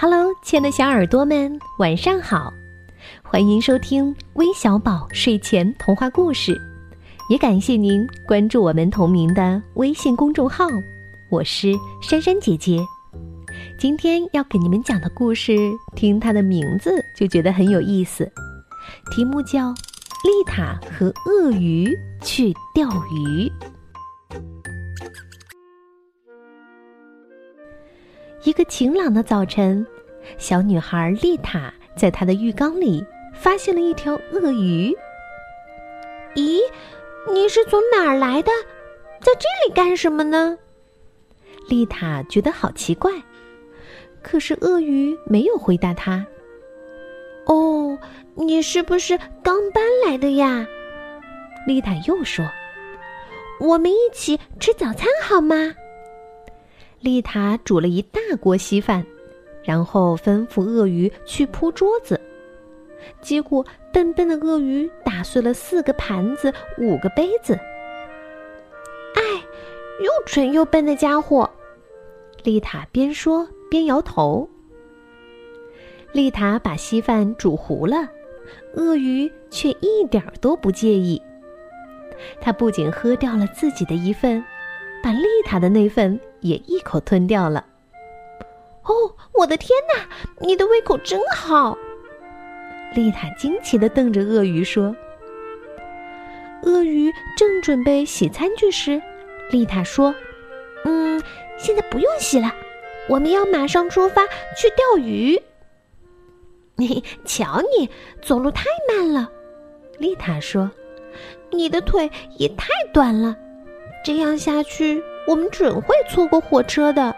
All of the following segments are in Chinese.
Hello， 亲爱的小耳朵们，晚上好！欢迎收听微小宝睡前童话故事，也感谢您关注我们同名的微信公众号，我是珊珊姐姐。今天要给你们讲的故事，听它的名字就觉得很有意思，题目叫《丽塔和鳄鱼去钓鱼》。一个晴朗的早晨，小女孩丽塔在她的浴缸里发现了一条鳄鱼。 咦，你是从哪儿来的？在这里干什么呢？ 丽塔觉得好奇怪，可是鳄鱼没有回答她。 哦，你是不是刚搬来的呀？ 丽塔又说， 我们一起吃早餐好吗？ 丽塔煮了一大锅稀饭，然后吩咐鳄鱼去铺桌子。结果笨笨的鳄鱼打碎了4个盘子、5个杯子。 哎，又蠢又笨的家伙！ 丽塔边说边摇头。丽塔把稀饭煮糊了，鳄鱼却一点都不介意。他不仅喝掉了自己的一份，把丽塔的那份也一口吞掉了。 哦，我的天哪，你的胃口真好！ 丽塔惊奇地瞪着鳄鱼说。鳄鱼正准备洗餐具时，丽塔说， 现在不用洗了，我们要马上出发去钓鱼。瞧你，走路太慢了， 丽塔说， 你的腿也太短了，这样下去我们准会错过火车的。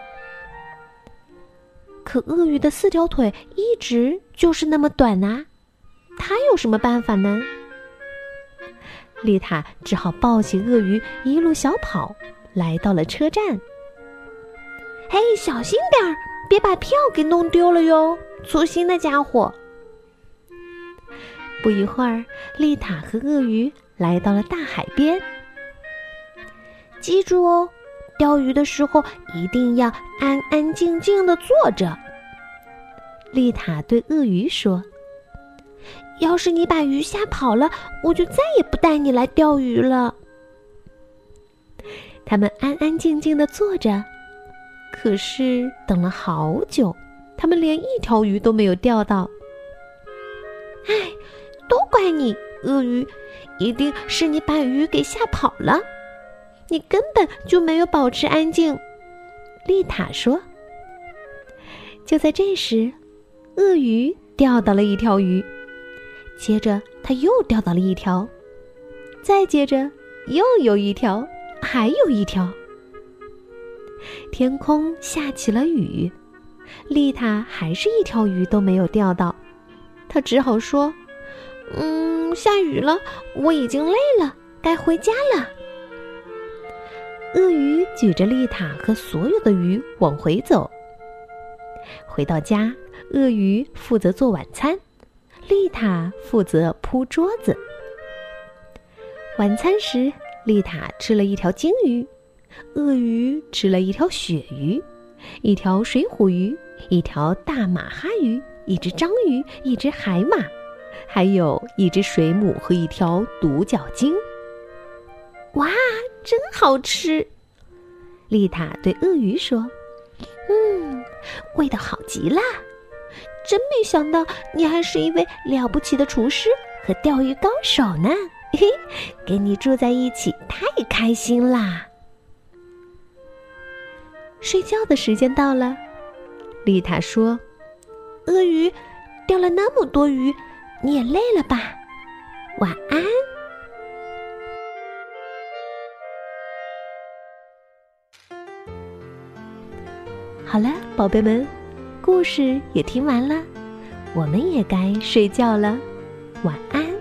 可鳄鱼的4条腿一直就是那么短啊，它有什么办法呢？丽塔只好抱起鳄鱼一路小跑，来到了车站。 嘿，小心点儿，别把票给弄丢了哟，粗心的家伙。 不一会儿，丽塔和鳄鱼来到了大海边。 记住哦，钓鱼的时候一定要安安静静地坐着。 丽塔对鳄鱼说， 要是你把鱼吓跑了，我就再也不带你来钓鱼了。 他们安安静静地坐着，可是等了好久，他们连1条鱼都没有钓到。 唉，都怪你，鳄鱼，一定是你把鱼给吓跑了。你根本就没有保持安静， 丽塔说。就在这时，鳄鱼钓到了1条鱼，接着它又钓到了1条，再接着又有1条，还有1条。天空下起了雨，丽塔还是1条鱼都没有钓到，她只好说， 下雨了，我已经累了，该回家了。 鳄鱼举着丽塔和所有的鱼往回走。回到家，鳄鱼负责做晚餐，丽塔负责铺桌子。晚餐时，丽塔吃了1条鲸鱼，鳄鱼吃了1条鳕鱼，1条水虎鱼，1条大马哈鱼，1只章鱼，1只海马，还有1只水母和1条独角鲸。 哇，真好吃！ 丽塔对鳄鱼说， 味道好极了！真没想到你还是一位了不起的厨师和钓鱼高手呢！嘿嘿，跟你住在一起太开心啦！ 睡觉的时间到了，丽塔说， 鳄鱼，钓了那么多鱼，你也累了吧？晚安。 好了，宝贝们，故事也听完了，我们也该睡觉了，晚安。